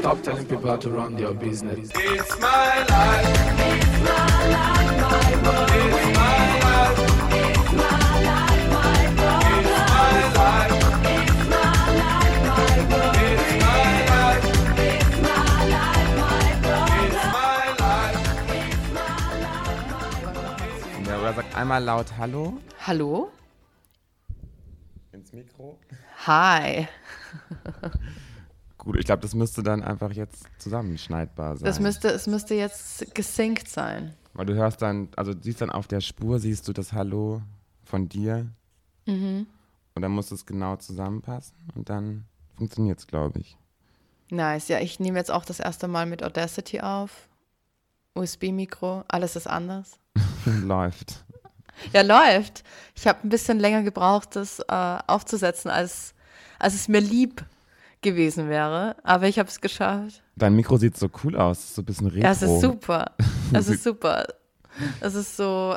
Stop telling people how to run their business. It's my life. It's my life, my world. It's my life. It's my life, my world. It's my life. It's my life, my world. It's my life. It's my life, my world. It's my life. It's my life, my world. Ja, oder sag einmal laut Hallo Hallo? ins Mikro. Hi. Gut, ich glaube, das müsste dann einfach jetzt zusammenschneidbar sein. Es müsste jetzt gesynkt sein. Weil du hörst dann, also du siehst dann auf der Spur, siehst du das Hallo von dir. Und dann muss es genau zusammenpassen und dann funktioniert es, glaube ich. Nice. Ja, ich nehme jetzt auch das erste Mal mit Audacity auf. USB-Mikro, alles ist anders. Läuft. Ja, läuft. Ich habe ein bisschen länger gebraucht, das aufzusetzen, als es mir lieb gewesen wäre. Aber ich habe es geschafft. Dein Mikro sieht so cool aus, so ein bisschen retro. Ja, es ist super. Es ist super. Es ist so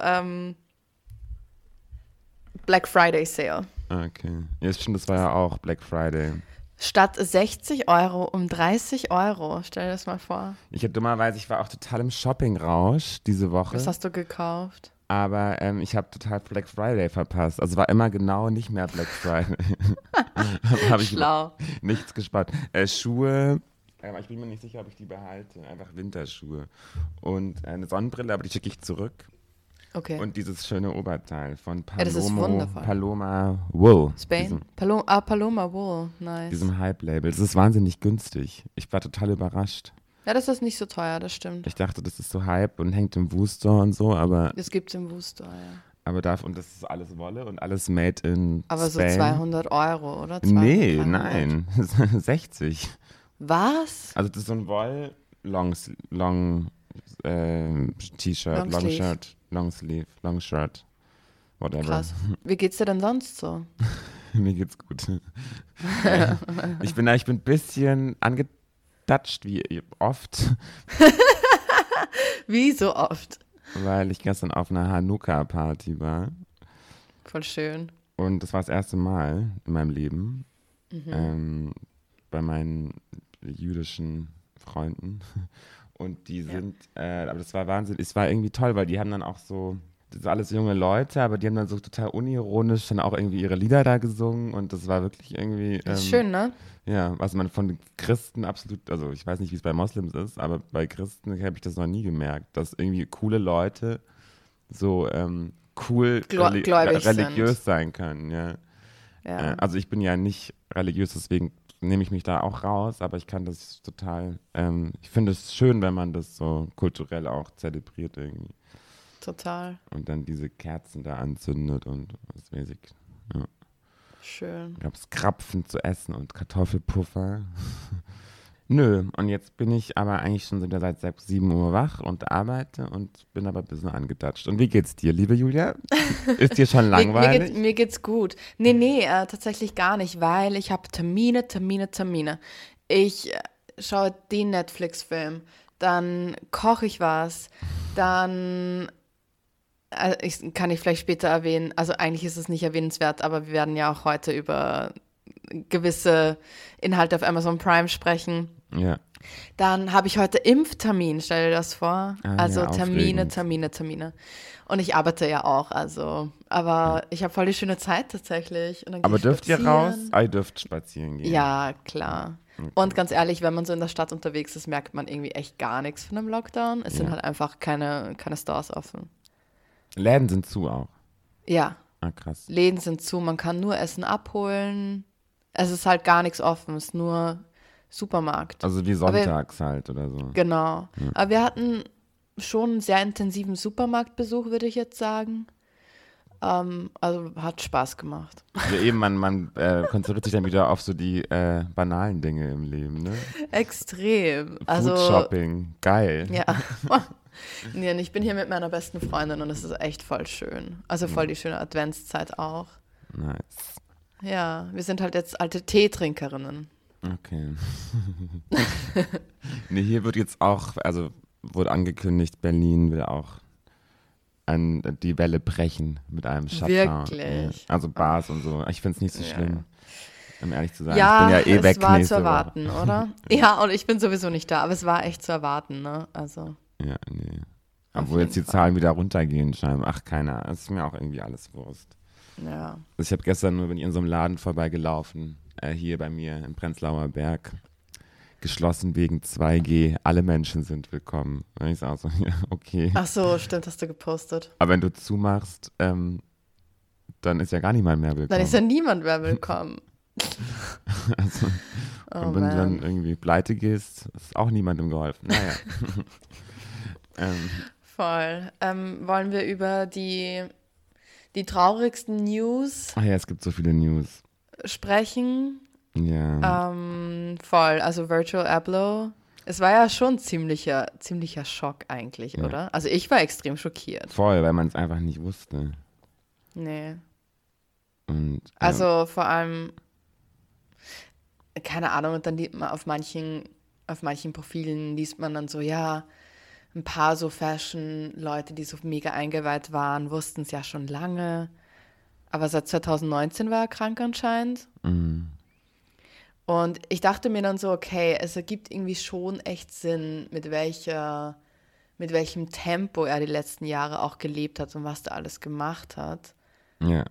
Black Friday Sale. Okay. Ja, stimmt, das war ja auch Black Friday. Statt 60 € um 30 €. Stell dir das mal vor. Ich war auch total im Shopping-Rausch diese Woche. Was hast du gekauft? Aber ich habe total Black Friday verpasst. Also war immer genau nicht mehr Black Friday. Habe ich Schlau. nichts gespart. Schuhe, ich bin mir nicht sicher, ob ich die behalte. Einfach Winterschuhe. Und eine Sonnenbrille, aber die schicke ich zurück. Okay. Und dieses schöne Oberteil von das ist wundervoll. Paloma Wool. Spain? Paloma Wool. Nice. Diesem Hype-Label. Das ist wahnsinnig günstig. Ich war total überrascht. Ja, das ist nicht so teuer, das stimmt. Ich dachte, das ist so Hype und hängt im Wooster und so, aber... Das gibt's im Wooster, ja. Aber und das ist alles Wolle und alles made in Aber Spain. so 200 € oder? 200, Nee, 300? nein, 60. Was? Also das ist so ein Woll T-Shirt, Long Sleeve, Long Shirt, whatever. Krass. Wie geht's dir denn sonst so? Mir geht's gut. Ich bin ein bisschen angetatscht, wie oft, Wie so oft. weil ich gestern auf einer Hanukkah-Party war. Voll schön. Und das war das erste Mal in meinem Leben bei meinen jüdischen Freunden. Und die sind, aber das war Wahnsinn. Es war irgendwie toll, weil die haben dann auch so, das sind alles junge Leute, aber die haben dann so total unironisch dann auch irgendwie ihre Lieder da gesungen. Und das war wirklich irgendwie. Das ist schön, ne? Ja, was man von den Christen absolut, also ich weiß nicht, wie es bei Moslems ist, aber bei Christen habe ich das noch nie gemerkt, dass irgendwie coole Leute so cool Gläubig religiös sein können, ja. Ja. Also ich bin ja nicht religiös, deswegen nehme ich mich da auch raus, aber ich kann das total, ich finde es schön, wenn man das so kulturell auch zelebriert irgendwie. Total. Und dann diese Kerzen da anzündet und was weiß ich. Ja. Schön. Gab es Krapfen zu essen und Kartoffelpuffer. Nö, und jetzt bin ich aber eigentlich schon wieder seit 6, 7 Uhr wach und arbeite und bin aber ein bisschen angetatscht. Und wie geht's dir, liebe Julia? Ist dir schon langweilig? Mir geht's gut. Nee, tatsächlich gar nicht, weil ich habe Termine. Ich schaue den Netflix-Film, dann koche ich was, dann kann ich vielleicht später erwähnen, also eigentlich ist es nicht erwähnenswert, aber wir werden ja auch heute über gewisse Inhalte auf Amazon Prime sprechen. Ja. Dann habe ich heute Impftermin, stell dir das vor. Also ja, Termine. Und ich arbeite ja auch, also. Aber ich habe voll die schöne Zeit tatsächlich. Und dann Aber gehe ich dürft ihr raus? spazieren. Ihr dürft spazieren gehen. Ja, klar. Okay. Und ganz ehrlich, wenn man so in der Stadt unterwegs ist, merkt man irgendwie echt gar nichts von einem Lockdown. Es sind halt einfach keine Stores offen. Läden sind zu auch. Ja, Ah, krass. Läden sind zu, man kann nur Essen abholen. Es ist halt gar nichts offen, es ist nur Supermarkt. Also wie sonntags halt oder so. Genau. Aber wir hatten schon einen sehr intensiven Supermarktbesuch, würde ich jetzt sagen. Also hat Spaß gemacht. Ja, eben, man konzentriert sich dann wieder auf so die banalen Dinge im Leben, ne? Extrem. Also, Food-Shopping, geil. ja. Nee, und ich bin hier mit meiner besten Freundin und es ist echt voll schön. Also voll die schöne Adventszeit auch. Nice. Ja, wir sind halt jetzt alte Teetrinkerinnen. Okay. Nee, hier wird jetzt auch, also wurde angekündigt, Berlin will auch die Welle brechen mit einem Shutdown. Wirklich? Ja. Also Bars und so. Ich finde es nicht so schlimm. um ehrlich zu sein. Ja, ich bin ja eh weg es war zu nächste Woche. erwarten, oder? Ja, und ich bin sowieso nicht da, aber es war echt zu erwarten, ne? Also, Ja, nee. Auf Obwohl jetzt die jeden Fall. Zahlen wieder runtergehen scheinbar. Ach, keiner. Es ist mir auch irgendwie alles Wurst. ja. Also ich habe gestern nur, bin ich in so einem Laden vorbeigelaufen, hier bei mir im Prenzlauer Berg. Geschlossen wegen 2G. Alle Menschen sind willkommen. Und ich sage so, ja, okay. Ach so, stimmt, hast du gepostet. Aber wenn du zumachst, dann ist ja gar niemand mehr willkommen. Dann ist ja niemand mehr willkommen. Also, Oh, und wenn du dann man. irgendwie pleite gehst, ist auch niemandem geholfen. Naja. Voll. Wollen wir über die traurigsten News Ach ja, es gibt so viele News. sprechen? Ja. Voll. Also Virgil Abloh. Es war ja schon ziemlicher Schock eigentlich, Ja. oder? Also ich war extrem schockiert. Voll, weil man es einfach nicht wusste. Nee. Und, Also vor allem, keine Ahnung, und dann liest man auf manchen Profilen liest man dann so, ja, ein paar so Fashion-Leute, die so mega eingeweiht waren, wussten es ja schon lange. Aber seit 2019 war er krank anscheinend. Und ich dachte mir dann so, okay, es ergibt irgendwie schon echt Sinn, mit welchem Tempo er die letzten Jahre auch gelebt hat und was er alles gemacht hat. ja,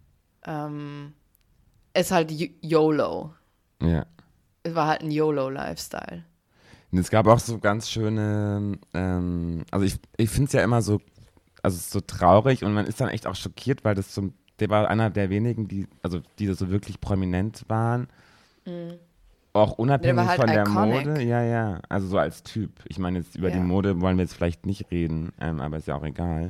Es ist halt YOLO. ja. Es war halt ein YOLO-Lifestyle. Und es gab auch so ganz schöne, also ich finde es ja immer so, also es ist so traurig und man ist dann echt auch schockiert, weil der war einer der wenigen, die so wirklich prominent waren. Auch unabhängig Der war halt von der iconic. Mode. Ja, ja. Also so als Typ. Ich meine, jetzt über die Ja. Mode wollen wir jetzt vielleicht nicht reden, aber ist ja auch egal.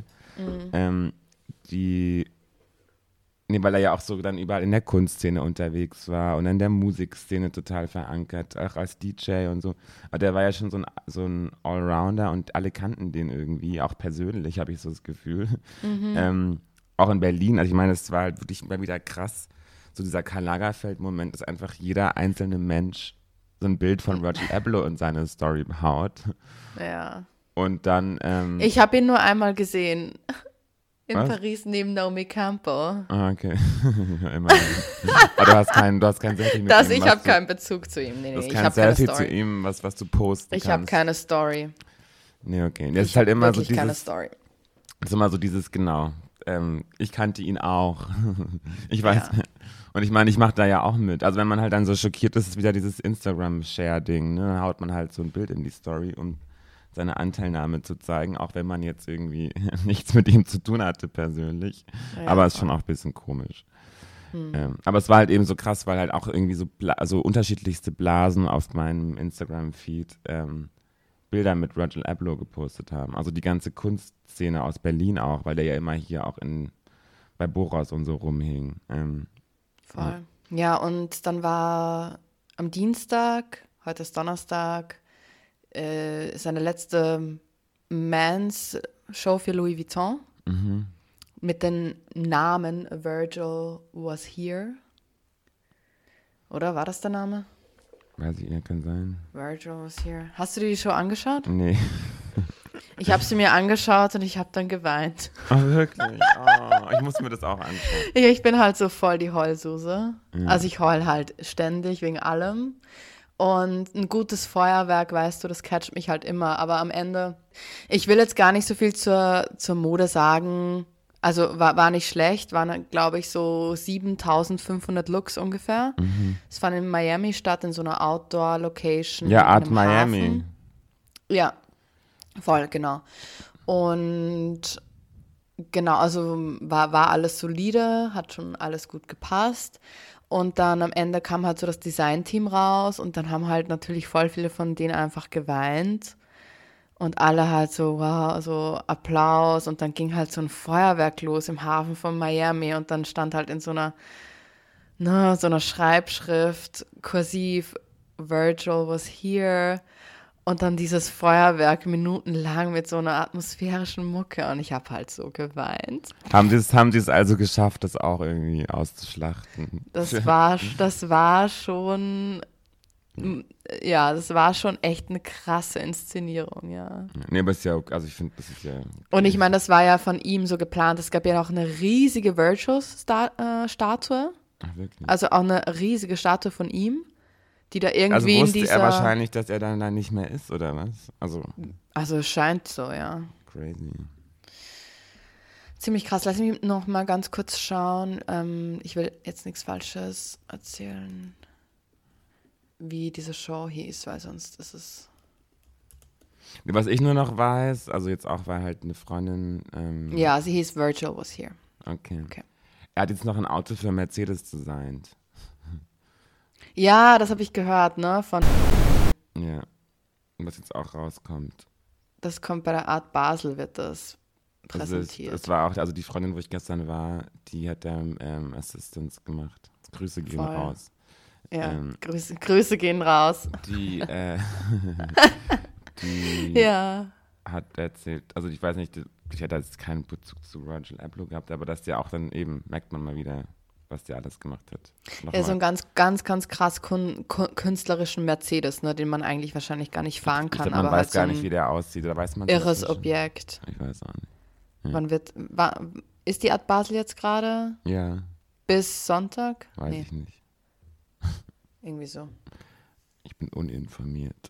Weil er ja auch so dann überall in der Kunstszene unterwegs war und in der Musikszene total verankert, auch als DJ und so. Aber der war ja schon so ein Allrounder und alle kannten den irgendwie, auch persönlich, habe ich so das Gefühl. Auch in Berlin, also ich meine, es war halt wirklich immer wieder krass, so dieser Karl Lagerfeld-Moment, dass einfach jeder einzelne Mensch so ein Bild von Virgil Abloh in seine Story haut. Ja. Und dann, Ich habe ihn nur einmal gesehen. In Was? Paris neben Naomi Campbell. okay, ja, immerhin. Aber du hast kein Selfie mit ihm. Ich was habe du- keinen Bezug zu ihm. Nee, Du hast ich kein habe keine Selfie zu Story. ihm, was du posten Ich habe kannst. keine Story. Nee, okay. Das ist halt immer so Wirklich keine dieses, Story. ist immer so dieses, genau. Ich kannte ihn auch. Ich weiß. Ja. Und ich meine, ich mache da ja auch mit. Also wenn man halt dann so schockiert ist, ist wieder dieses Instagram-Share-Ding. Ne? Dann haut man halt so ein Bild in die Story, um seine Anteilnahme zu zeigen, auch wenn man jetzt irgendwie nichts mit ihm zu tun hatte persönlich. Ja, Aber es ist schon auch ein bisschen komisch. Aber es war halt eben so krass, weil halt auch irgendwie so also unterschiedlichste Blasen auf meinem Instagram-Feed Bilder mit Virgil Abloh gepostet haben. Also die ganze Kunstszene aus Berlin auch, weil der ja immer hier auch bei Boros und so rumhing. Voll. Ja, und dann war am Dienstag, heute ist Donnerstag, seine letzte Mans-Show für Louis Vuitton mit dem Namen Virgil Was Here. Oder war das der Name? Weiß ich, ja, kann sein. Virgil Was Here. Hast du dir die Show angeschaut? Nee. Ich habe sie mir angeschaut und ich habe dann geweint. Oh, wirklich? Oh, ich muss mir das auch anschauen. Ja, ich bin halt so voll die Heulsuse. Also ich heul halt ständig wegen allem. Und ein gutes Feuerwerk, weißt du, das catcht mich halt immer. Aber am Ende, ich will jetzt gar nicht so viel zur Mode sagen. Also war nicht schlecht, waren, glaube ich, so 7.500 Looks ungefähr. Es fand in Miami statt, in so einer Outdoor-Location. Ja, in Art einem Miami. Hafen. Ja, voll, genau. Und genau, also war alles solide, hat schon alles gut gepasst. Und dann am Ende kam halt so das Designteam raus und dann haben halt natürlich voll viele von denen einfach geweint. Und alle halt so, wow, so Applaus. Und dann ging halt so ein Feuerwerk los im Hafen von Miami. Und dann stand halt in so einer Schreibschrift, kursiv, Virgil was here. Und dann dieses Feuerwerk minutenlang mit so einer atmosphärischen Mucke. Und ich habe halt so geweint. Haben sie es also geschafft, das auch irgendwie auszuschlachten? Das war schon, ja, das war schon echt eine krasse Inszenierung, ja. Nee, aber ist ja, also ich finde, das ist ja. Und ich meine, das war ja von ihm so geplant. Es gab ja noch eine riesige Virtual-Statue Ach, wirklich. Also auch eine riesige Statue von ihm, die da Also irgendwie in wusste dieser... er wahrscheinlich, dass er dann da nicht mehr ist, oder was? Also, Also es scheint so, ja. crazy. Ziemlich krass. Lass mich noch mal ganz kurz schauen. Ich will jetzt nichts Falsches erzählen, wie diese Show hieß, weil sonst ist es... Was ich nur noch weiß, also jetzt auch, weil halt eine Freundin, Ja, sie hieß Virgil Was Here. okay. Okay. Er hat jetzt noch ein Auto für Mercedes designt. Ja, das habe ich gehört, ne? Von... Ja. Was jetzt auch rauskommt. Das kommt bei der Art Basel, wird das Also präsentiert. es war auch, also die Freundin, wo ich gestern war, die hat da Assistance gemacht. Grüße gehen Voll. raus. Ja, ähm, Grüße gehen raus. Die, die Ja. hat erzählt, also ich weiß nicht, ich hatte jetzt keinen Bezug zu Virgil Abloh gehabt, aber dass der auch dann eben, merkt man mal wieder, was der alles gemacht hat. Ja, so einen ganz krass künstlerischen Mercedes, ne, den man eigentlich wahrscheinlich gar nicht fahren ich kann, glaub, man aber weiß halt so gar nicht, ein wie der aussieht, oder weiß man irres inzwischen? Objekt. Ich weiß auch nicht. Ist die Art Basel jetzt gerade Ja, bis Sonntag? weiß ich nicht. Irgendwie so. Ich bin uninformiert.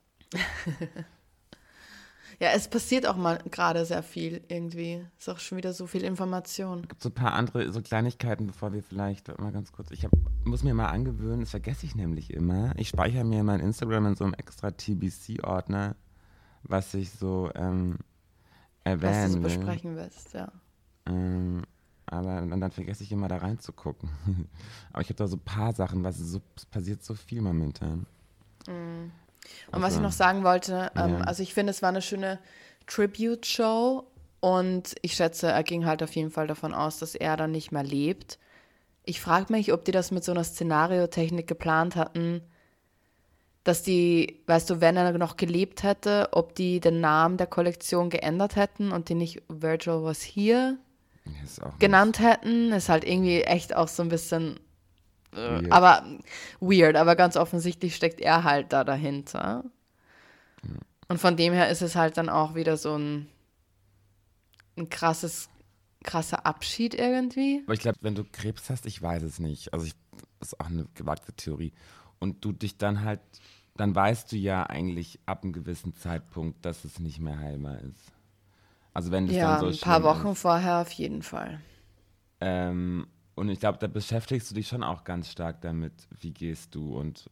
Ja, es passiert auch mal gerade sehr viel irgendwie. Ist auch schon wieder so viel Information. Gibt so ein paar andere so Kleinigkeiten, bevor wir vielleicht, warte mal ganz kurz, muss mir mal angewöhnen, das vergesse ich nämlich immer. Ich speichere mir mein Instagram in so einem extra TBC-Ordner, was ich so Was du erwähnen so will. besprechen willst, ja. Aber dann vergesse ich immer da reinzugucken. Aber ich habe da so ein paar Sachen, es passiert so viel momentan. Und was ich noch sagen wollte, Ja. also ich finde, es war eine schöne Tribute-Show und ich schätze, er ging halt auf jeden Fall davon aus, dass er dann nicht mehr lebt. Ich frage mich, ob die das mit so einer Szenariotechnik geplant hatten, dass die, weißt du, wenn er noch gelebt hätte, ob die den Namen der Kollektion geändert hätten und die nicht Virgil Was Here Ist auch genannt hätten. Ist halt irgendwie echt auch so ein bisschen weird. aber weird, aber ganz offensichtlich steckt er halt da dahinter. Und von dem her ist es halt dann auch wieder so ein krasser Abschied irgendwie. Aber ich glaube, wenn du Krebs hast, ich weiß es nicht. Also das ist auch eine gewagte Theorie. Und du dich dann halt, dann weißt du ja eigentlich ab einem gewissen Zeitpunkt, dass es nicht mehr heilbar ist. Also wenn das Ja, dann so ein paar schlimm Wochen ist. vorher auf jeden Fall. Und ich glaube, da beschäftigst du dich schon auch ganz stark damit, wie gehst du und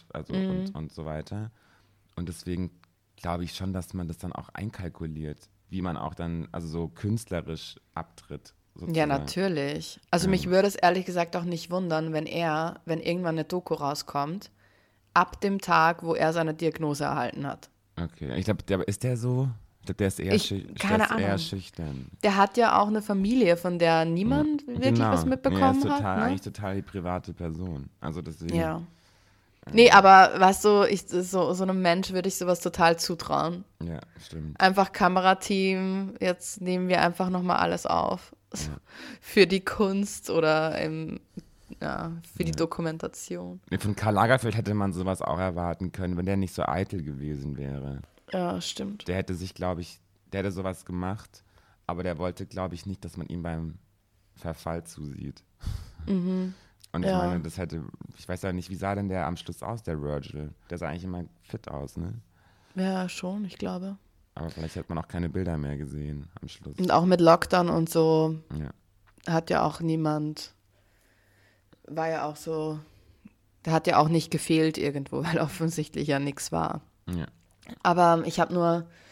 so weiter. Und deswegen glaube ich schon, dass man das dann auch einkalkuliert, wie man auch dann, also so künstlerisch abtritt. Ja, sozusagen. natürlich. Also mich würde es ehrlich gesagt auch nicht wundern, wenn irgendwann eine Doku rauskommt, ab dem Tag, wo er seine Diagnose erhalten hat. Okay, ich glaube, ist der so? Ich glaube, der ist Keine der ist eher Ahnung. schüchtern. Der hat ja auch eine Familie, von der niemand wirklich Genau. was mitbekommen Er ist hat. Ne? eigentlich total die private Person. Also deswegen. Ja. Nee, aber weißt du, so einem Mensch würde ich sowas total zutrauen. Ja, stimmt. Einfach Kamerateam, jetzt nehmen wir einfach nochmal alles auf. Für die Kunst oder für die Dokumentation. Nee, von Karl Lagerfeld hätte man sowas auch erwarten können, wenn der nicht so eitel gewesen wäre. Ja, stimmt. Der hätte sich, glaube ich, der hätte sowas gemacht, aber der wollte, glaube ich, nicht, dass man ihm beim Verfall zusieht. Und ich Ja. meine, ich weiß ja nicht, wie sah denn der am Schluss aus, der Virgil? Der sah eigentlich immer fit aus, ne? Ja, schon, ich glaube. Aber vielleicht hat man auch keine Bilder mehr gesehen am Schluss. Und auch mit Lockdown und so Ja. hat ja auch niemand, war ja auch so, der hat ja auch nicht gefehlt irgendwo, weil offensichtlich ja nichts war. Ja. Aber ich habe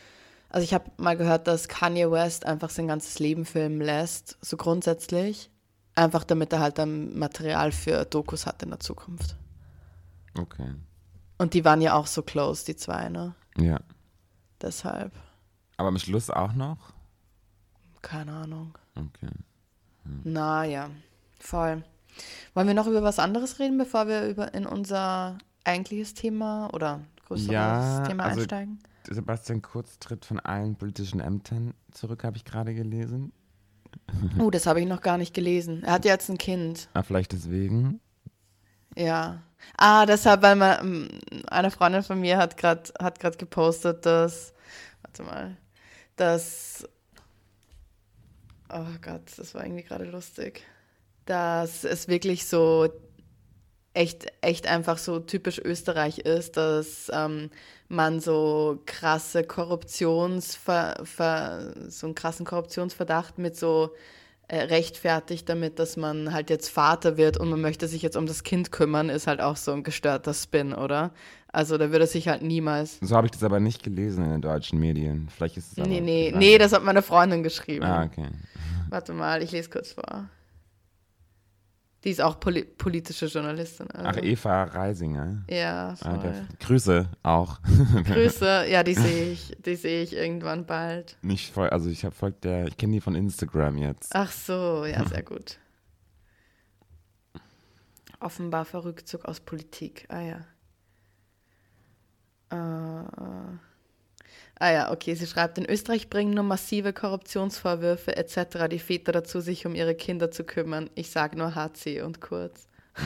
mal gehört, dass Kanye West einfach sein ganzes Leben filmen lässt, so grundsätzlich, einfach damit er halt dann Material für Dokus hat in der Zukunft. Okay. Und die waren ja auch so close, die zwei, ne? Ja. Deshalb, Aber am Schluss auch noch? keine Ahnung. Okay. Naja, voll. Wollen wir noch über was anderes reden, bevor wir in unser eigentliches Thema oder größeres Thema also einsteigen? Sebastian Kurz tritt von allen politischen Ämtern zurück, habe ich gerade gelesen. Das habe ich noch gar nicht gelesen. Er hat ja jetzt ein Kind. Ah, vielleicht deswegen. Ja. Deshalb, weil eine Freundin von mir hat gerade gepostet, oh Gott, das war irgendwie gerade lustig, dass es wirklich so echt einfach so typisch Österreich ist, dass man so krasse so einen krassen Korruptionsverdacht mit so rechtfertigt damit, dass man halt jetzt Vater wird und man möchte sich jetzt um das Kind kümmern, ist halt auch so ein gestörter Spin, oder? Also da würde sich halt niemals... So habe ich das aber nicht gelesen in den deutschen Medien. Vielleicht ist es aber... Nee, das hat meine Freundin geschrieben. Ah, okay. Warte mal, ich lese kurz vor. Die ist auch politische Journalistin. Also. Ach, Eva Reisinger. Ja, voll. Grüße auch. Grüße, ja, die sehe ich irgendwann bald. Nicht voll, also ich kenne die von Instagram jetzt. Ach so, ja, sehr gut. Offenbar für Rückzug aus Politik. Ah ja, okay, sie schreibt, in Österreich bringen nur massive Korruptionsvorwürfe etc. die Väter dazu, sich um ihre Kinder zu kümmern. Ich sage nur HC und Kurz.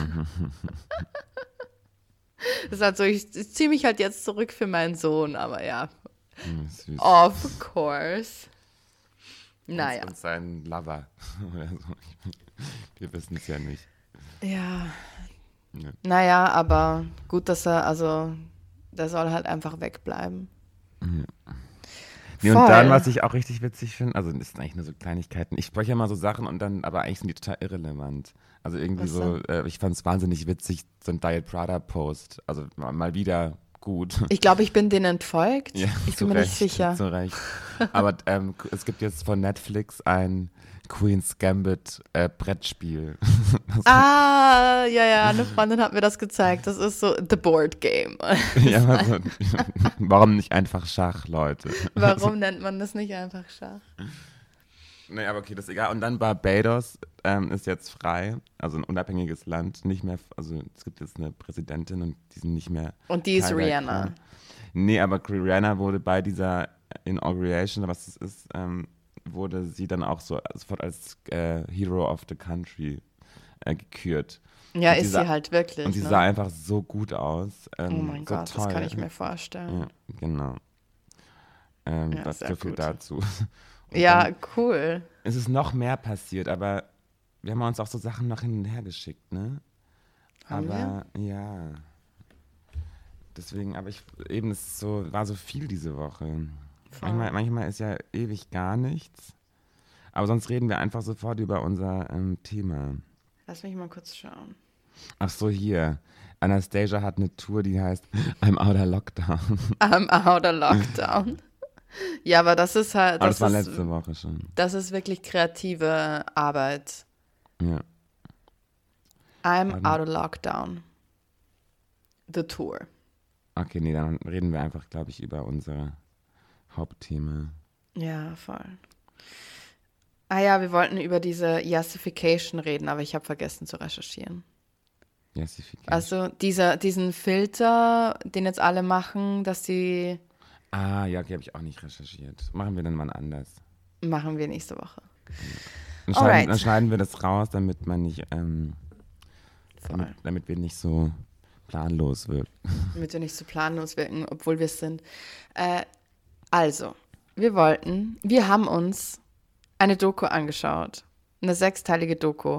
Das ist halt so, ich ziehe mich halt jetzt zurück für meinen Sohn, aber ja. Süß. Of course. Naja. Und sein Lover oder so. Wir wissen es ja nicht. Ja. Ja. Naja, aber gut, der soll halt einfach wegbleiben. Nee, und Voll. dann, was ich auch richtig witzig finde, also das sind eigentlich nur so Kleinigkeiten. Ich spreche ja mal so Sachen und dann, aber eigentlich sind die total irrelevant. Also irgendwie Was so, ich fand es wahnsinnig witzig, so ein Diet Prada Post. Also mal wieder gut. Ich glaube, ich bin denen entfolgt. Ja, Ich zu bin mir nicht Recht, sicher. Zu Recht. Aber es gibt jetzt von Netflix ein Queen's Gambit Brettspiel. Ja, eine Freundin hat mir das gezeigt. Das ist so The Board Game. Ja, also, warum nicht einfach Schach, Leute? Warum nennt man das nicht einfach Schach? Nee, aber okay, das ist egal. Und dann Barbados ist jetzt frei, also ein unabhängiges Land, nicht mehr, also es gibt jetzt eine Präsidentin und die sind nicht mehr. Und die ist Teil der Rihanna. Crew. Nee, aber Rihanna wurde bei dieser Inauguration, was das ist, wurde sie dann auch so sofort als Hero of the Country gekürt. Ja, Und ist sie halt wirklich. Und sie ne? sah einfach so gut aus. Oh mein so Gott, toll. das kann ich mir vorstellen. Ja, genau. Das sehr so viel gut. dazu. Und Ja, dann cool. es ist noch mehr passiert, aber wir haben uns auch so Sachen noch hin und her geschickt, ne? Haben aber ja. Deswegen, aber war so viel diese Woche. Voll. Manchmal ist ja ewig gar nichts. Aber sonst reden wir einfach sofort über unser Thema. Lass mich mal kurz schauen. Ach so, hier. Anastasia hat eine Tour, die heißt I'm Outer Lockdown. I'm out of lockdown. Ja, aber das ist halt, Aber das war letzte Woche schon. das ist wirklich kreative Arbeit. Ja. I'm out of lockdown. The Tour. Okay, nee, dann reden wir einfach, glaube ich, über unser Hauptthema. Ja, voll. Ah ja, wir wollten über diese Yassification reden, aber ich habe vergessen zu recherchieren. Yassification. Also diesen Filter, den jetzt alle machen, dass sie Ja, okay, habe ich auch nicht recherchiert. Machen wir dann mal anders. machen wir nächste Woche. Dann Alright. schneiden wir das raus, damit man nicht, Voll. damit wir nicht so planlos wirken. Damit wir nicht so planlos wirken, obwohl wir es sind. Also, wir haben uns eine Doku angeschaut. Eine 6-teilige Doku.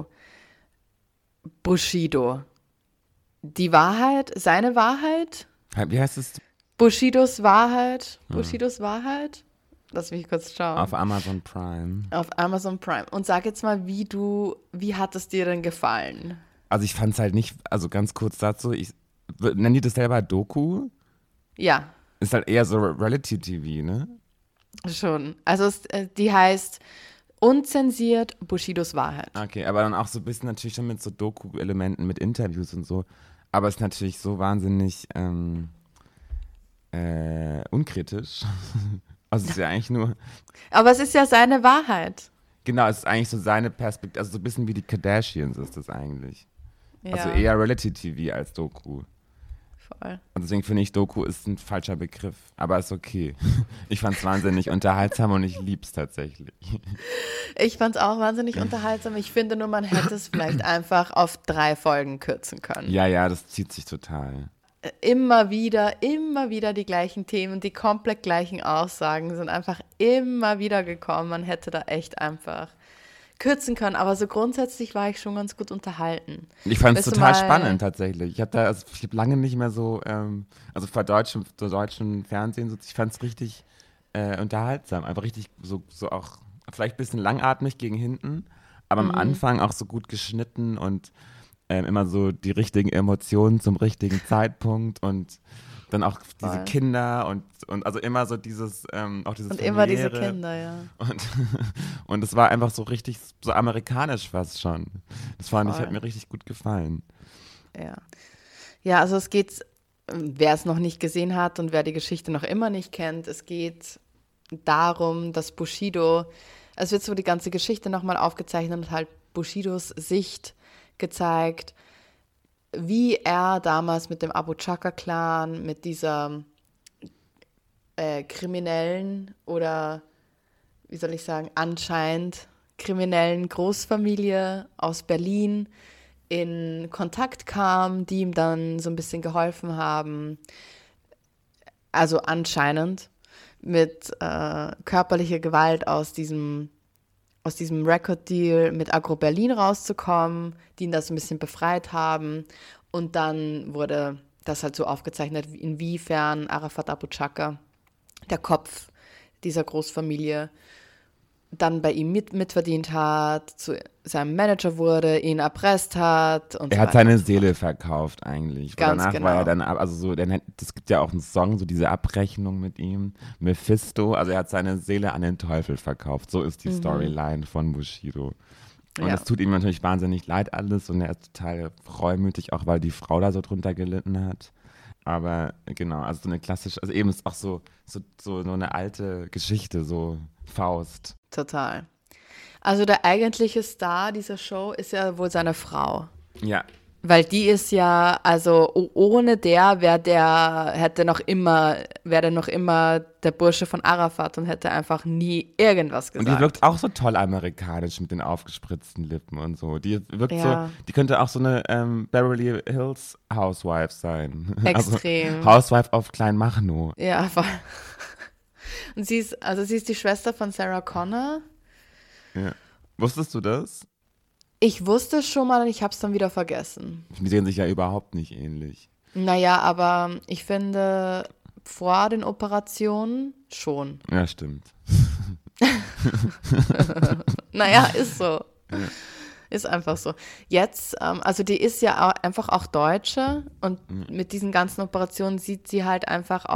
Bushido. Die Wahrheit, seine Wahrheit, Wie heißt es? Bushidos Wahrheit, Bushidos Wahrheit. Lass mich kurz schauen. Auf Amazon Prime. Auf Amazon Prime. Und sag jetzt mal, wie hat es dir denn gefallen? Also ich fand es halt nicht, also ganz kurz dazu, nennen die das selber Doku? Ja, Ist halt eher so Reality-TV, ne? schon. Also die heißt Unzensiert Bushidos Wahrheit. Okay, aber dann auch so ein bisschen natürlich schon mit so Doku-Elementen, mit Interviews und so. Aber es ist natürlich so wahnsinnig unkritisch. Also es ist ja eigentlich nur, Aber es ist ja seine Wahrheit. genau, es ist eigentlich so seine Perspektive, also so ein bisschen wie die Kardashians ist das eigentlich. Ja, Also eher Reality-TV als Doku. voll. Und deswegen finde ich, Doku ist ein falscher Begriff. Aber ist okay. Ich fand es wahnsinnig unterhaltsam und ich lieb's tatsächlich. Ich fand es auch wahnsinnig unterhaltsam. Ich finde nur, man hätte es vielleicht einfach auf 3 Folgen kürzen können. Ja, das zieht sich total. Immer wieder die gleichen Themen, die komplett gleichen Aussagen sind einfach immer wieder gekommen. Man hätte da echt einfach kürzen können, aber so grundsätzlich war ich schon ganz gut unterhalten. Ich fand es Willst du total mal- spannend tatsächlich. Ich habe lange nicht mehr so, also vor deutschen Fernsehen, so, ich fand es richtig unterhaltsam. Einfach richtig so auch, vielleicht ein bisschen langatmig gegen hinten, aber am Anfang auch so gut geschnitten und immer so die richtigen Emotionen zum richtigen Zeitpunkt und dann auch diese Voll. Kinder und also immer so auch dieses Und immer diese Familiäre. Kinder, ja. Und es war einfach so richtig, so amerikanisch fast schon. Das fand ich, Voll. hat mir richtig gut gefallen. Ja. Ja, also es geht, wer es noch nicht gesehen hat und wer die Geschichte noch immer nicht kennt, es geht darum, dass Bushido, es wird so die ganze Geschichte nochmal aufgezeichnet und halt Bushidos Sicht gezeigt, wie er damals mit dem Abu Chaka-Clan, mit dieser kriminellen oder, wie soll ich sagen, anscheinend kriminellen Großfamilie aus Berlin in Kontakt kam, die ihm dann so ein bisschen geholfen haben, also anscheinend mit körperlicher Gewalt aus diesem Record-Deal mit Agro Berlin rauszukommen, die ihn da so ein bisschen befreit haben. Und dann wurde das halt so aufgezeichnet, inwiefern Arafat Abu Chaka, der Kopf dieser Großfamilie, dann bei ihm mitverdient hat, zu seinem Manager wurde, ihn erpresst hat. Und Er so hat weiter. seine Seele verkauft eigentlich. Ganz Danach genau. war er dann, also so, das gibt ja auch einen Song, so diese Abrechnung mit ihm, Mephisto, also er hat seine Seele an den Teufel verkauft. So ist die Storyline von Bushido. Und Ja. es tut ihm natürlich wahnsinnig leid alles und er ist total reumütig, auch weil die Frau da so drunter gelitten hat. Aber genau, also so eine klassische, also eben ist auch so eine alte Geschichte, so Faust. Total. Also der eigentliche Star dieser Show ist ja wohl seine Frau. Ja, Weil die ist ja, also ohne der wäre der noch immer der Bursche von Arafat und hätte einfach nie irgendwas und gesagt. die wirkt auch so toll amerikanisch mit den aufgespritzten Lippen und so. Die wirkt Ja. so, die könnte auch so eine Beverly Hills Housewife sein. Extrem. Also Housewife auf Kleinmachnow. Ja, voll. Und sie ist die Schwester von Sarah Connor. Ja. Wusstest du das? Ich wusste es schon mal und ich habe es dann wieder vergessen. Die sehen sich ja überhaupt nicht ähnlich. Naja, aber ich finde, vor den Operationen schon. Ja, stimmt. Naja, ist so. Ist einfach so. Jetzt, also die ist ja einfach auch Deutsche und mit diesen ganzen Operationen sieht sie halt einfach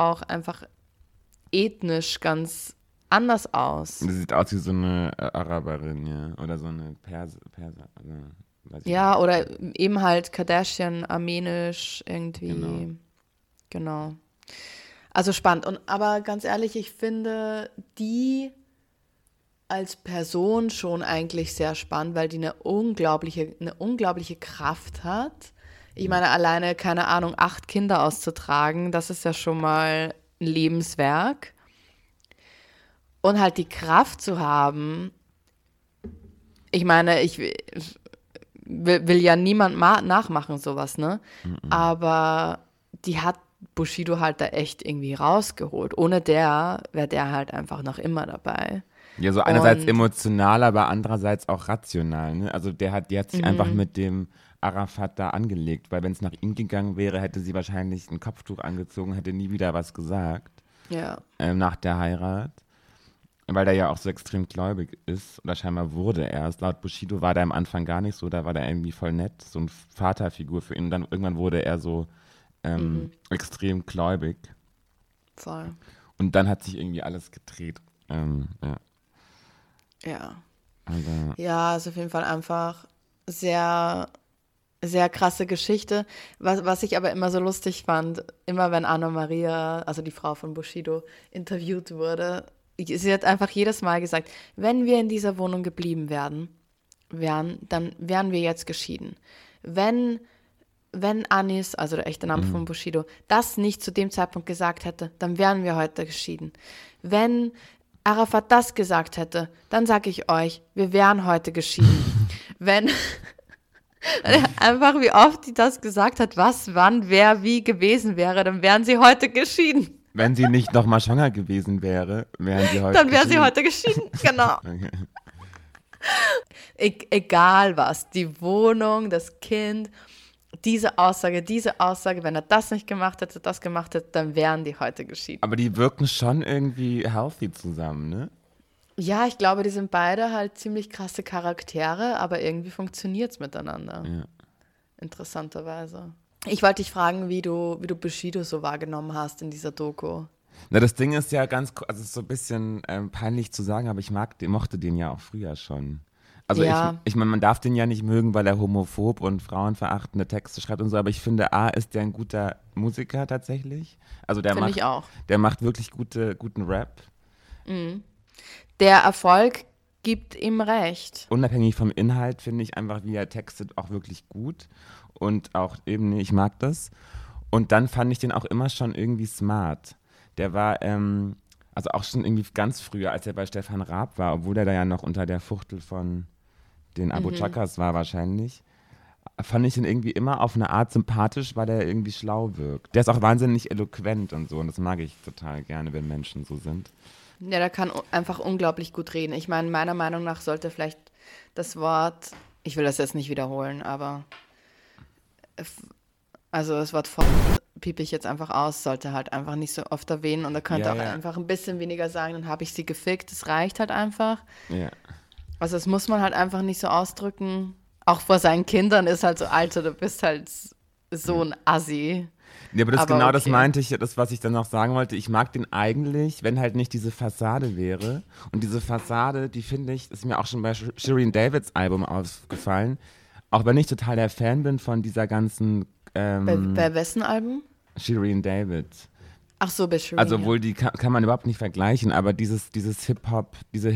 ethnisch ganz anders aus. Sie sieht aus wie so eine Araberin, ja. Oder so eine Perser. Also, weiß ich Ja, oder eben halt Kardashian, armenisch irgendwie. Genau. Also spannend. Aber ganz ehrlich, ich finde die als Person schon eigentlich sehr spannend, weil die eine unglaubliche Kraft hat. Ich meine, alleine, keine Ahnung, 8 Kinder auszutragen, das ist ja schon mal ein Lebenswerk. Und halt die Kraft zu haben, ich meine, ich will ja niemand nachmachen, sowas, ne? Aber die hat Bushido halt da echt irgendwie rausgeholt. Ohne der wäre der halt einfach noch immer dabei. Ja, so einerseits Und- emotional, aber andererseits auch rational. Ne? Also die hat sich einfach mit dem Arafat da angelegt, weil wenn es nach ihm gegangen wäre, hätte sie wahrscheinlich ein Kopftuch angezogen, hätte nie wieder was gesagt Ja. nach der Heirat. Weil der ja auch so extrem gläubig ist, oder scheinbar wurde er es. Laut Bushido war der am Anfang gar nicht so, da war der irgendwie voll nett, so eine Vaterfigur für ihn. Und dann irgendwann wurde er so extrem gläubig. Voll. Und dann hat sich irgendwie alles gedreht. Ja. Ja. Also, Ja, ist auf jeden Fall einfach sehr, sehr krasse Geschichte. Was ich aber immer so lustig fand, immer wenn Anna Maria, also die Frau von Bushido, interviewt wurde, sie hat einfach jedes Mal gesagt, wenn wir in dieser Wohnung geblieben wären, dann wären wir jetzt geschieden. Wenn Anis, also der echte Name von Bushido, das nicht zu dem Zeitpunkt gesagt hätte, dann wären wir heute geschieden. Wenn Arafat das gesagt hätte, dann sage ich euch, wir wären heute geschieden. Wenn einfach wie oft die das gesagt hat, was, wann, wer, wie gewesen wäre, dann wären sie heute geschieden. wenn sie nicht nochmal schwanger gewesen wäre, wären sie heute Dann wäre sie geschieden. heute geschieden, genau. Okay. Egal was, die Wohnung, das Kind, diese Aussage, wenn er das nicht gemacht hätte, das gemacht hätte, dann wären die heute geschieden. Aber die wirken schon irgendwie healthy zusammen, ne? Ja, ich glaube, die sind beide halt ziemlich krasse Charaktere, aber irgendwie funktioniert es miteinander. Ja. Interessanterweise. Ich wollte dich fragen, wie du Bushido so wahrgenommen hast in dieser Doku. Na, das Ding ist ja also es ist so ein bisschen peinlich zu sagen, aber ich mochte den ja auch früher schon. Also Ja. ich meine, man darf den ja nicht mögen, weil er homophob und frauenverachtende Texte schreibt und so, aber ich finde, ist der ein guter Musiker tatsächlich. Also Finde ich auch. Der macht wirklich guten Rap. Der Erfolg gibt ihm recht. Unabhängig vom Inhalt finde ich einfach, wie er textet, auch wirklich gut. Und auch eben, ich mag das. Und dann fand ich den auch immer schon irgendwie smart. Der war, also auch schon irgendwie ganz früher, als er bei Stefan Raab war, obwohl er da ja noch unter der Fuchtel von den Abu Chakas war wahrscheinlich, fand ich ihn irgendwie immer auf eine Art sympathisch, weil er irgendwie schlau wirkt. Der ist auch wahnsinnig eloquent und so und das mag ich total gerne, wenn Menschen so sind. Ja, der kann einfach unglaublich gut reden. Ich meine, meiner Meinung nach sollte vielleicht das Wort, ich will das jetzt nicht wiederholen, aber also das Wort piep ich jetzt einfach aus, sollte halt einfach nicht so oft erwähnen und er könnte Ja, auch ja. einfach ein bisschen weniger sagen, dann habe ich sie gefickt, das reicht halt einfach. Ja. Also das muss man halt einfach nicht so ausdrücken. Auch vor seinen Kindern ist halt so, Alter, du bist halt so ein Assi. Ja, aber das Aber genau das okay. meinte ich, das, was ich dann noch sagen wollte. Ich mag den eigentlich, wenn halt nicht diese Fassade wäre. Und diese Fassade, die finde ich, ist mir auch schon bei Shirin Davids Album aufgefallen. Auch wenn ich total der Fan bin von dieser ganzen Bei wessen Album? Shirin David. Ach so, bei Shirin, Also ja. wohl die kann man überhaupt nicht vergleichen, aber dieses Hip-Hop,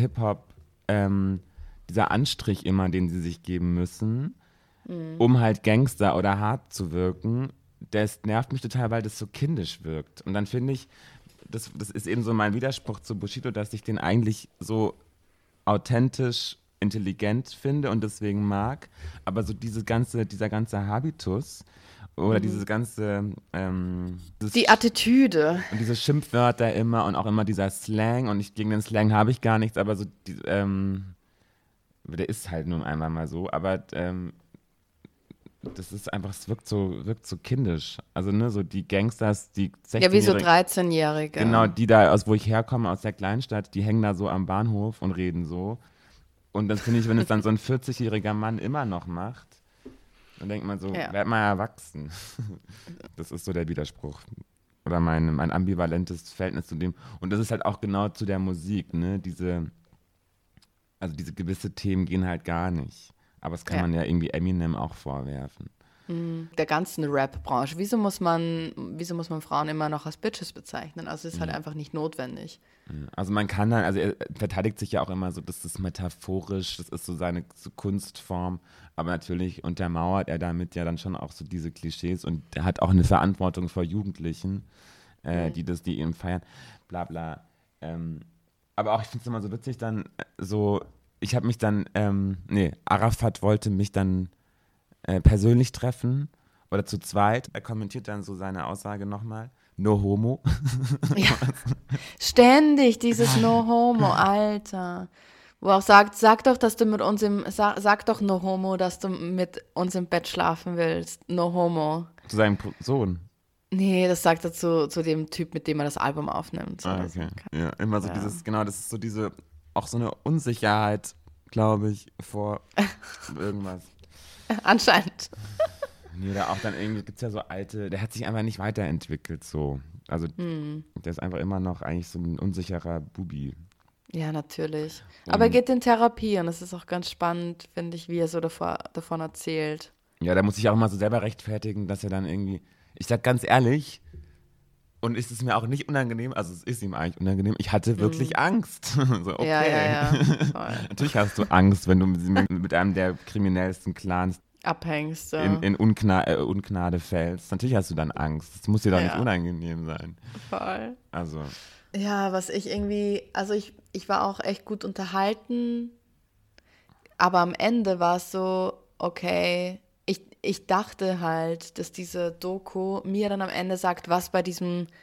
dieser Anstrich immer, den sie sich geben müssen, um halt Gangster oder hart zu wirken, das nervt mich total, weil das so kindisch wirkt. Und dann finde ich, das ist eben so mein Widerspruch zu Bushido, dass ich den eigentlich so authentisch intelligent finde und deswegen mag, aber so dieser ganze Habitus oder dieses ganze Die Attitüde. und diese Schimpfwörter immer und auch immer dieser Slang und gegen den Slang habe ich gar nichts, aber so der ist halt nun einmal mal so, aber das ist einfach, es wirkt so kindisch. Also ne, so die Gangsters, die 16-Jährigen, Ja, wie so 13-Jährige. genau, die da, wo ich herkomme, aus der Kleinstadt, die hängen da so am Bahnhof und reden so. Und das finde ich, wenn es dann so ein 40-jähriger Mann immer noch macht, dann denkt man so, Ja. werd mal erwachsen. Das ist so der Widerspruch. Oder mein ambivalentes Verhältnis zu dem. Und das ist halt auch genau zu der Musik, ne? Diese gewisse Themen gehen halt gar nicht. Aber das kann Ja. man ja irgendwie Eminem auch vorwerfen. Der ganzen Rap-Branche. Wieso muss man Frauen immer noch als Bitches bezeichnen? Also es ist halt einfach nicht notwendig. Also man kann dann, also er verteidigt sich ja auch immer so, das ist metaphorisch, das ist so seine so Kunstform, aber natürlich untermauert er damit ja dann schon auch so diese Klischees und er hat auch eine Verantwortung vor Jugendlichen, die ihn feiern, bla bla. Aber auch, ich finde es immer so witzig dann, ich habe mich dann, Arafat wollte mich dann persönlich treffen oder zu zweit. Er kommentiert dann so seine Aussage nochmal. No homo. Ja. Ständig dieses No Homo, Alter. Wo auch sagt, sag doch, sag doch No Homo, dass du mit uns im Bett schlafen willst. No Homo. Zu seinem Sohn. Nee, das sagt er zu dem Typ, mit dem er das Album aufnimmt. So, das Okay. kann- Ja, immer so Ja. das ist so auch so eine Unsicherheit, glaube ich, vor irgendwas. Anscheinend. Nee, oder auch dann irgendwie gibt es ja so der hat sich einfach nicht weiterentwickelt so. Also der ist einfach immer noch eigentlich so ein unsicherer Bubi. Ja, natürlich. Aber er geht in Therapie und es ist auch ganz spannend, finde ich, wie er so davon erzählt. Ja, da muss ich auch immer so selber rechtfertigen, dass er dann irgendwie, ich sag ganz ehrlich, und ist es mir auch nicht unangenehm, also es ist ihm eigentlich unangenehm, ich hatte wirklich Angst. So, okay. Ja. Voll. Natürlich hast du Angst, wenn du mit einem der kriminellsten Clans Abhängst. in Ungnade fällst. Natürlich hast du dann Angst. Das muss dir doch nicht Ja. unangenehm sein. Voll. Also, Ja, was ich irgendwie, also ich war auch echt gut unterhalten, aber am Ende war es so, okay, ich dachte halt, dass diese Doku mir dann am Ende sagt, was bei diesem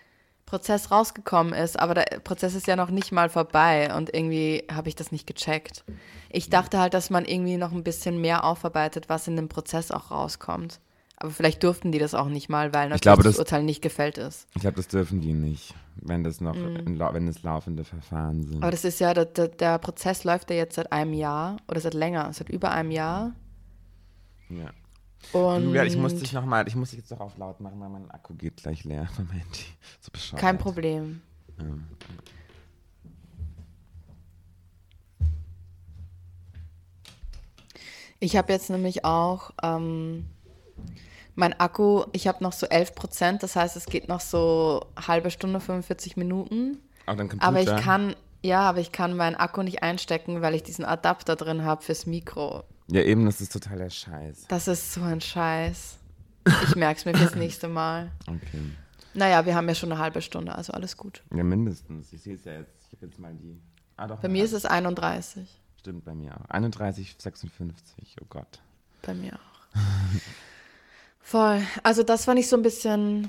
Prozess rausgekommen ist, aber der Prozess ist ja noch nicht mal vorbei und irgendwie habe ich das nicht gecheckt. Ich dachte halt, dass man irgendwie noch ein bisschen mehr aufarbeitet, was in dem Prozess auch rauskommt. Aber vielleicht durften die das auch nicht mal, weil natürlich glaube, das das- Urteil nicht gefällt ist. Ich glaube, das dürfen die nicht, wenn das noch wenn es laufende Verfahren sind. Aber das ist ja, der Prozess läuft ja jetzt seit einem Jahr oder seit länger, seit über einem Jahr. Ja. Und Julia, ich muss dich jetzt doch auf laut machen, weil mein Akku geht gleich leer vom Handy. So bescheuert. kein Problem. Ja. Ich habe jetzt nämlich auch mein Akku, ich habe noch so 11%, das heißt, es geht noch so halbe Stunde, 45 Minuten. Auch dein Computer. Aber ich kann meinen Akku nicht einstecken, weil ich diesen Adapter drin habe fürs Mikro. Ja, eben, das ist total der Scheiß. Das ist so ein Scheiß. Ich merke es mir fürs nächste Mal. Okay. Naja, wir haben ja schon eine halbe Stunde, also alles gut. Ja, mindestens. Ich sehe es ja jetzt. Ich habe jetzt mal die. Ah, doch. Bei mir ist es 31. Stimmt, bei mir auch. 31,56. Oh Gott. Bei mir auch. Voll. Also das fand ich so ein bisschen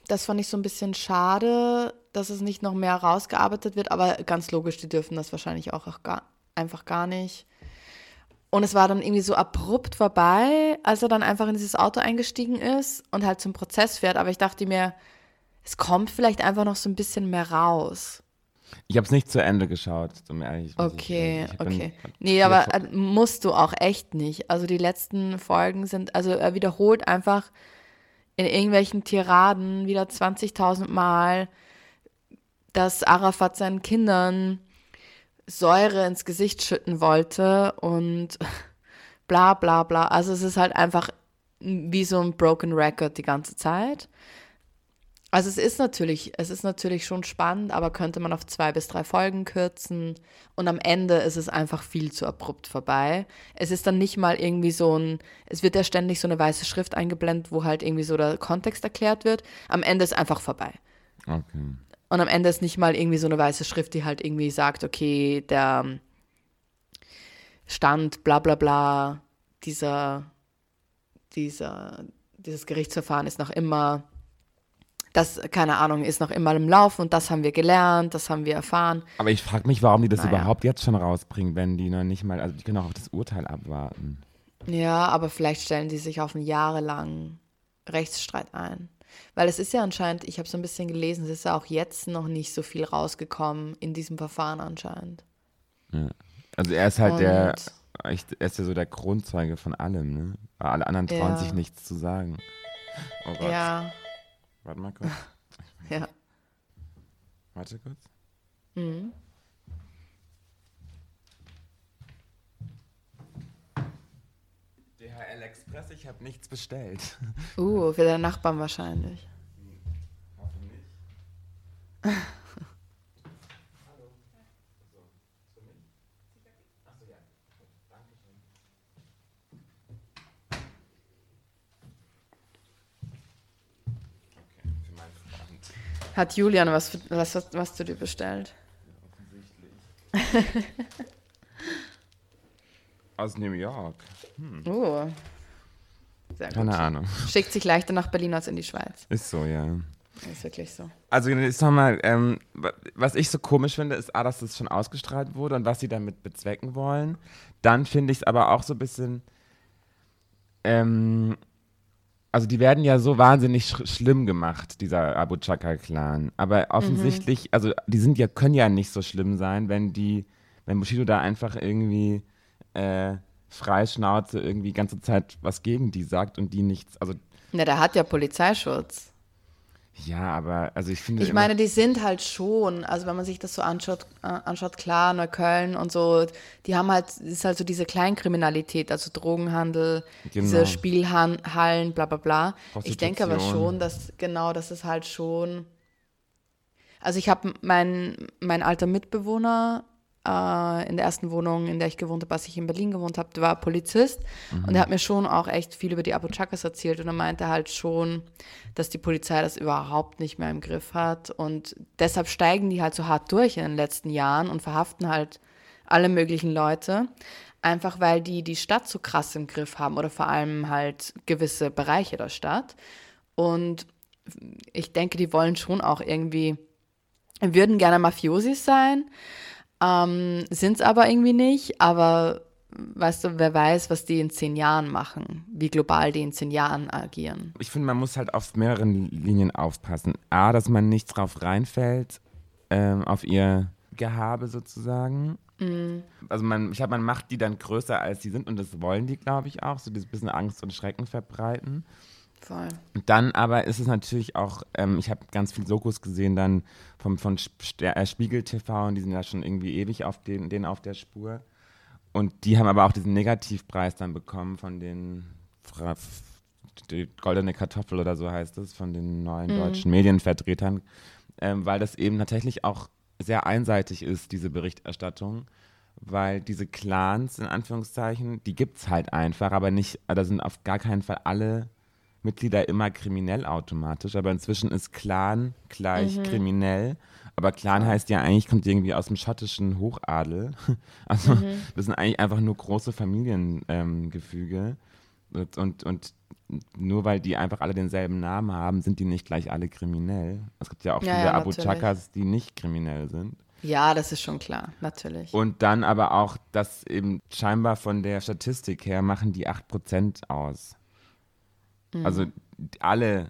schade, dass es nicht noch mehr rausgearbeitet wird, aber ganz logisch, die dürfen das wahrscheinlich auch einfach gar nicht. Und es war dann irgendwie so abrupt vorbei, als er dann einfach in dieses Auto eingestiegen ist und halt zum Prozess fährt. Aber ich dachte mir, es kommt vielleicht einfach noch so ein bisschen mehr raus. Ich habe es nicht zu Ende geschaut, um ehrlich zu sein. Okay, Ich bin- okay. Nee, aber musst du auch echt nicht. Also die letzten Folgen sind, also er wiederholt einfach in irgendwelchen Tiraden wieder 20.000 Mal, dass Arafat seinen Kindern Säure ins Gesicht schütten wollte und bla bla bla. Also es ist halt einfach wie so ein Broken Record die ganze Zeit. Also es ist natürlich schon spannend, aber könnte man auf 2 bis 3 Folgen kürzen und am Ende ist es einfach viel zu abrupt vorbei. Es ist dann nicht mal irgendwie es wird ja ständig so eine weiße Schrift eingeblendet, wo halt irgendwie so der Kontext erklärt wird. Am Ende ist einfach vorbei. Okay. Und am Ende ist nicht mal irgendwie so eine weiße Schrift, die halt irgendwie sagt, okay, der Stand, bla bla bla, dieses Gerichtsverfahren ist noch immer, keine Ahnung, ist noch immer im Laufen und das haben wir gelernt, das haben wir erfahren. Aber ich frage mich, warum die das Naja. überhaupt jetzt schon rausbringen, wenn die noch nicht mal, also die können auch auf das Urteil abwarten. Ja, aber vielleicht stellen die sich auf einen jahrelangen Rechtsstreit ein. Weil es ist ja anscheinend, ich habe so ein bisschen gelesen, es ist ja auch jetzt noch nicht so viel rausgekommen in diesem Verfahren anscheinend. Ja. Also er ist halt er Und- ist ja so der Grundzeuge von allem, ne? Weil alle anderen trauen Ja. sich nichts zu sagen. Oh Gott. Ja, Warte mal kurz. ja. Warte kurz. Mhm. DHL Express, ich habe nichts bestellt. Für den Nachbarn wahrscheinlich. Okay, für meinen Freund. Hat Julian was du dir bestellt? Aus New York. Sehr gut. Keine Ahnung. Schickt sich leichter nach Berlin als in die Schweiz. Ist so, ja. Ist wirklich so. Also ich sag mal, was ich so komisch finde, ist dass das schon ausgestrahlt wurde und was sie damit bezwecken wollen. Dann finde ich es aber auch so ein bisschen, also die werden ja so wahnsinnig schlimm gemacht, dieser Abu Chaka-Clan. Aber offensichtlich, also die können ja nicht so schlimm sein, wenn Bushido da einfach irgendwie Freischnauze irgendwie ganze Zeit was gegen die sagt und die nichts, also Na, der hat ja Polizeischutz. ja, aber also ich finde Ich meine, die sind halt schon, also wenn man sich das so anschaut, klar, Neukölln und so, die haben halt, ist halt so diese Kleinkriminalität, also Drogenhandel, diese Genau. Spielhallen, bla bla bla. Ich denke aber Prostitution. schon, das ist halt schon, also ich habe mein alter Mitbewohner in der ersten Wohnung, in der ich gewohnt habe, als ich in Berlin gewohnt habe, der war Polizist und er hat mir schon auch echt viel über die Abu Chakas erzählt und er meinte halt schon, dass die Polizei das überhaupt nicht mehr im Griff hat und deshalb steigen die halt so hart durch in den letzten Jahren und verhaften halt alle möglichen Leute, einfach weil die Stadt so krass im Griff haben oder vor allem halt gewisse Bereiche der Stadt und ich denke, die wollen schon auch irgendwie würden gerne Mafiosis sein, sind es aber irgendwie nicht. Aber weißt du, wer weiß, was die in 10 Jahren machen, wie global die in 10 Jahren agieren. Ich finde, man muss halt auf mehreren Linien aufpassen. A, dass man nicht drauf reinfällt, auf ihr Gehabe sozusagen. Also man macht die dann größer, als sie sind und das wollen die, glaube ich, auch. So dieses bisschen Angst und Schrecken verbreiten. Voll. Dann aber ist es natürlich auch, ich habe ganz viele Dokus gesehen dann von Spiegel TV und die sind ja schon irgendwie ewig auf denen auf der Spur. Und die haben aber auch diesen Negativpreis dann bekommen von den die Goldene Kartoffel oder so heißt es, von den neuen deutschen Medienvertretern, weil das eben tatsächlich auch sehr einseitig ist, diese Berichterstattung, weil diese Clans, in Anführungszeichen, die gibt es halt einfach, aber nicht, da sind auf gar keinen Fall alle Mitglieder immer kriminell automatisch, aber inzwischen ist Clan gleich kriminell, aber Clan heißt ja eigentlich, kommt irgendwie aus dem schottischen Hochadel, also das sind eigentlich einfach nur große Familiengefüge und nur weil die einfach alle denselben Namen haben, sind die nicht gleich alle kriminell. Es gibt ja auch viele Abu natürlich. Chakas, die nicht kriminell sind. Ja, das ist schon klar, natürlich. Und dann aber auch, dass eben scheinbar von der Statistik her machen die 8% aus. Also alle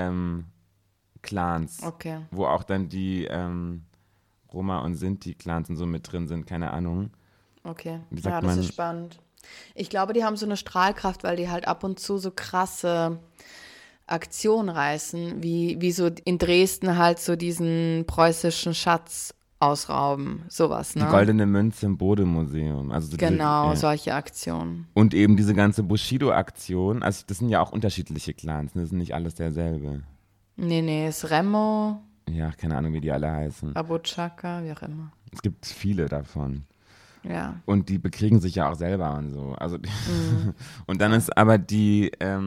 Clans, Okay. wo auch dann die Roma- und Sinti-Clans und so mit drin sind, keine Ahnung. Okay, Wie sagt ja, das man? ist spannend. Ich glaube, die haben so eine Strahlkraft, weil die halt ab und zu so krasse Aktionen reißen, wie so in Dresden halt so diesen preußischen Schatz ausrauben, sowas, ne? Die goldene Münze im Bode-Museum. Also so Genau, diese, solche Aktionen. Und eben diese ganze Bushido-Aktion, also das sind ja auch unterschiedliche Clans, ne? Das sind nicht alles derselbe. Nee, ist Remo, Ja, keine Ahnung, wie die alle heißen. Abu Chaka, wie auch immer. Es gibt viele davon. Ja. Und die bekriegen sich ja auch selber und so. Also und dann ist aber die,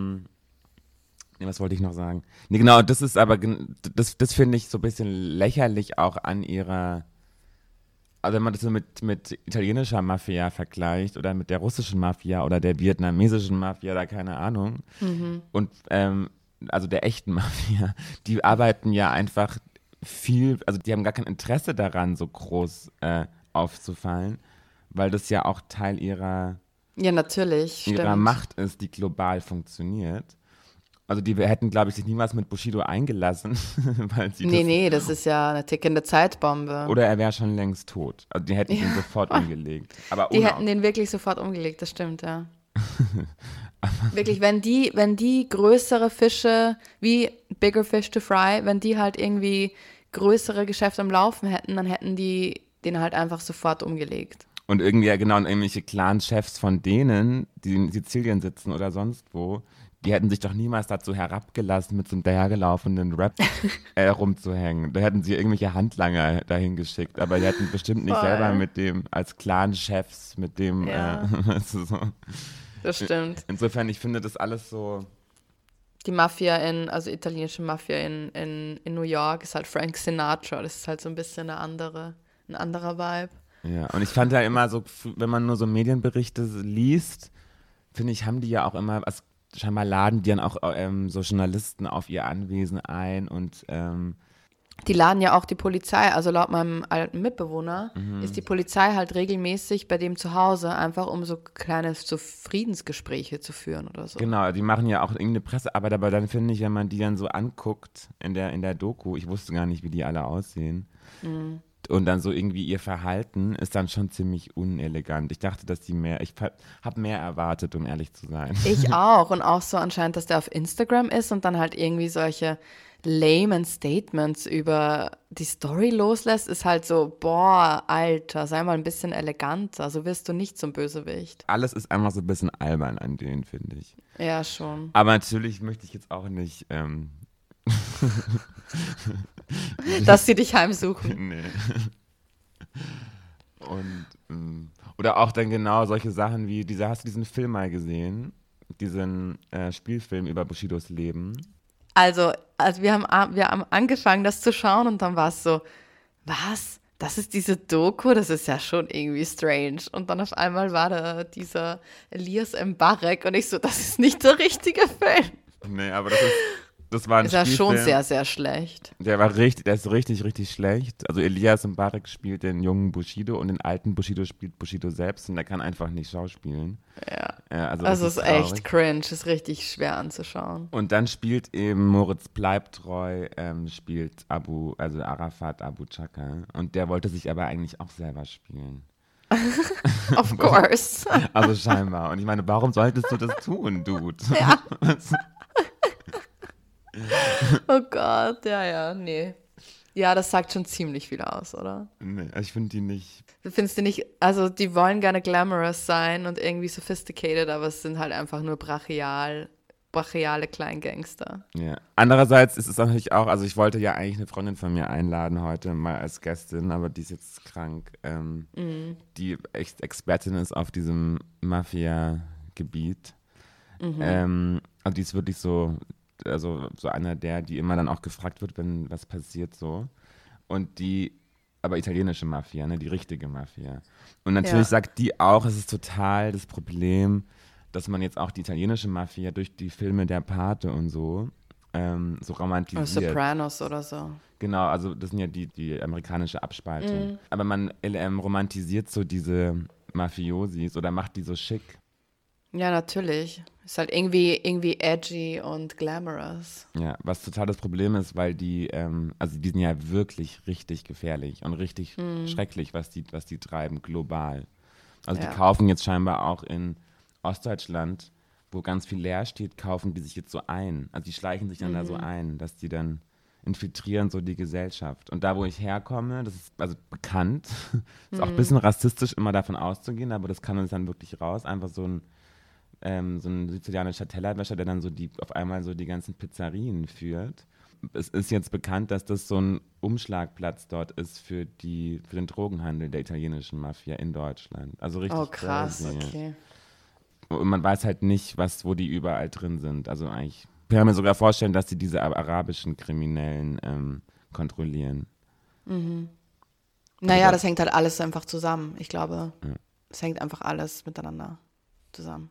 nee, was wollte ich noch sagen? Nee, genau, das ist aber, das finde ich so ein bisschen lächerlich auch an ihrer, also wenn man das so mit italienischer Mafia vergleicht oder mit der russischen Mafia oder der vietnamesischen Mafia oder keine Ahnung. Und also der echten Mafia, die arbeiten ja einfach viel, also die haben gar kein Interesse daran, so groß aufzufallen, weil das ja auch Teil ihrer natürlich, stimmt. Macht ist, die global funktioniert. Also die hätten, glaube ich, sich niemals mit Bushido eingelassen, weil sie Nee, das ist ja eine tickende Zeitbombe. oder er wäre schon längst tot. Also die hätten ihn sofort umgelegt. Aber Die hätten den wirklich sofort umgelegt, das stimmt, ja. Wirklich, wenn die größere Fische, wie Bigger Fish to Fry, wenn die halt irgendwie größere Geschäfte am Laufen hätten, dann hätten die den halt einfach sofort umgelegt. Und irgendwie, ja genau, und irgendwelche Clan-Chefs von denen, die in Sizilien sitzen oder sonst wo, die hätten sich doch niemals dazu herabgelassen, mit so einem dahergelaufenen Rap rumzuhängen. Da hätten sie irgendwelche Handlanger dahin geschickt, aber die hätten bestimmt nicht Voll. selber mit dem, als Clan-Chefs, mit dem, Ja. weißt du, so. Das stimmt. Insofern, ich finde das alles so, Die Mafia also italienische Mafia in New York ist halt Frank Sinatra. Das ist halt so ein bisschen ein anderer Vibe. ja. Und ich fand ja immer so, wenn man nur so Medienberichte liest, finde ich, haben die ja auch immer, also scheinbar laden die dann auch so Journalisten auf ihr Anwesen ein und Die laden ja auch die Polizei, also laut meinem alten Mitbewohner, ist die Polizei halt regelmäßig bei dem zu Hause, einfach um so kleine so Friedensgespräche zu führen oder so. genau, die machen ja auch irgendeine Pressearbeit, aber dann finde ich, wenn man die dann so anguckt in der Doku, ich wusste gar nicht, wie die alle aussehen, und dann so irgendwie ihr Verhalten ist dann schon ziemlich unelegant. Ich dachte, dass die ich habe mehr erwartet, um ehrlich zu sein. Ich auch und auch so anscheinend, dass der auf Instagram ist und dann halt irgendwie solche lamen Statements über die Story loslässt, ist halt so, boah, Alter, sei mal ein bisschen eleganter, so wirst du nicht zum Bösewicht. Alles ist einfach so ein bisschen albern an denen, finde ich. Ja, schon. Aber natürlich möchte ich jetzt auch nicht Dass sie dich heimsuchen. nee. Und oder auch dann genau solche Sachen wie hast du diesen Film mal gesehen? Diesen Spielfilm über Bushidos Leben. Also wir haben angefangen, das zu schauen und dann war es so, was? Das ist diese Doku? Das ist ja schon irgendwie strange. Und dann auf einmal war da dieser Elias Mbarek und ich so, das ist nicht der richtige Film. Nee, aber das ist Das war ein Ist ja schon Spielfilm. sehr, sehr schlecht. Der ist richtig, richtig schlecht. Also Elias Mbarek spielt den jungen Bushido und den alten Bushido spielt Bushido selbst und der kann einfach nicht schauspielen. Ja. Also Also ist richtig traurig. echt cringe, ist richtig schwer anzuschauen. Und dann spielt eben Moritz Bleibtreu, spielt Arafat Abu Chaka. Und der wollte sich aber eigentlich auch selber spielen. Of course. Also scheinbar. Und ich meine, warum solltest du das tun, Dude? Ja. Oh Gott, ja, nee. Ja, das sagt schon ziemlich viel aus, oder? Nee, ich finde die nicht. Findest du nicht, also die wollen gerne glamorous sein und irgendwie sophisticated, aber es sind halt einfach nur brachiale Kleingangster. Ja. Andererseits ist es natürlich auch, also ich wollte ja eigentlich eine Freundin von mir einladen heute mal als Gästin, aber die ist jetzt krank. Die echt Expertin ist auf diesem Mafia-Gebiet. Also die ist wirklich so einer die immer dann auch gefragt wird, wenn was passiert so. Und aber italienische Mafia, ne, die richtige Mafia. Und natürlich sagt die auch, es ist total das Problem, dass man jetzt auch die italienische Mafia durch die Filme der Pate und so romantisiert. Sopranos oder so. Genau, also das sind ja die amerikanische Abspaltung. Aber man romantisiert so diese Mafiosis oder macht die so schick. Ja, natürlich. Ist halt irgendwie edgy und glamorous. Ja, was total das Problem ist, weil die sind ja wirklich richtig gefährlich und richtig schrecklich, was die treiben, global. Also die kaufen jetzt scheinbar auch in Ostdeutschland, wo ganz viel leer steht, kaufen die sich jetzt so ein. Also die schleichen sich dann da so ein, dass die dann infiltrieren so die Gesellschaft. Und da, wo ich herkomme, das ist also bekannt, ist auch ein bisschen rassistisch immer davon auszugehen, aber das kann uns dann wirklich raus. Einfach so ein sizilianischer Tellerwäscher, der dann auf einmal so die ganzen Pizzerien führt. Es ist jetzt bekannt, dass das so ein Umschlagplatz dort ist für den Drogenhandel der italienischen Mafia in Deutschland. Also richtig Oh, krass, crazy. okay. Und man weiß halt nicht, wo die überall drin sind. Also eigentlich, ich kann mir sogar vorstellen, dass die diese arabischen Kriminellen kontrollieren. Naja, das hängt halt alles einfach zusammen. Ich glaube, es hängt einfach alles miteinander zusammen.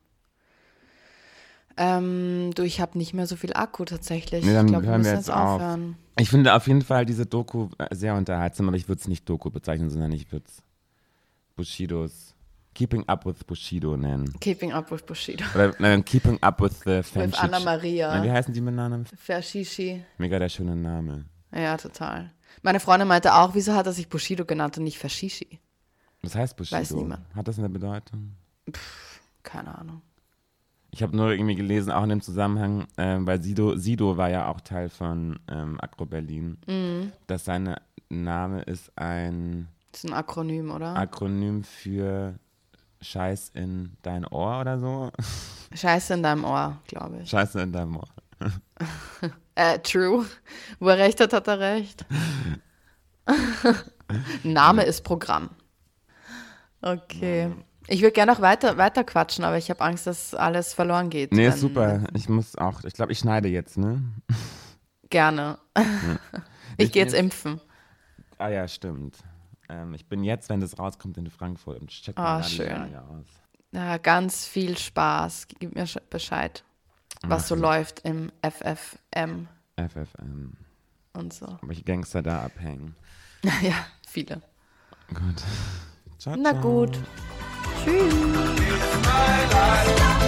Ich habe nicht mehr so viel Akku tatsächlich. Nee, dann ich glaube, wir hören wir müssen jetzt jetzt auf. aufhören. Ich finde auf jeden Fall diese Doku sehr unterhaltsam, aber ich würde es nicht Doku bezeichnen, sondern ich würde es Keeping Up with Bushido nennen. Keeping Up with Bushido. Oder Keeping Up with the With Anna Maria. Wie heißen die mit Namen? Verschishi. Mega der schöne Name. Ja, total. Meine Freundin meinte auch, wieso hat er sich Bushido genannt und nicht Verschishi? Was heißt Bushido? Weiß niemand. Hat das eine Bedeutung? Keine Ahnung. Ich habe nur irgendwie gelesen, auch in dem Zusammenhang, weil Sido war ja auch Teil von Agro Berlin, dass sein Name ist ein Das ist ein Akronym, oder? Akronym für Scheiß in dein Ohr oder so. Scheiße in deinem Ohr, glaube ich. Scheiße in deinem Ohr. True. Wo er recht hat, hat er recht. Name ist Programm. Okay. Ich würde gerne noch weiter quatschen, aber ich habe Angst, dass alles verloren geht. Nee, ist super. Ich glaube, ich schneide jetzt, ne? Gerne. Ich gehe jetzt impfen. Ah ja, stimmt. Ich bin jetzt, wenn das rauskommt, in Frankfurt und check mal schön. aus. Ja, ganz viel Spaß. Gib mir Bescheid, was so läuft im FFM FFM. und so. Welche Gangster da abhängen. Ja, viele. Gut. Ciao, Na ciao. gut. Tschüss. It's my life.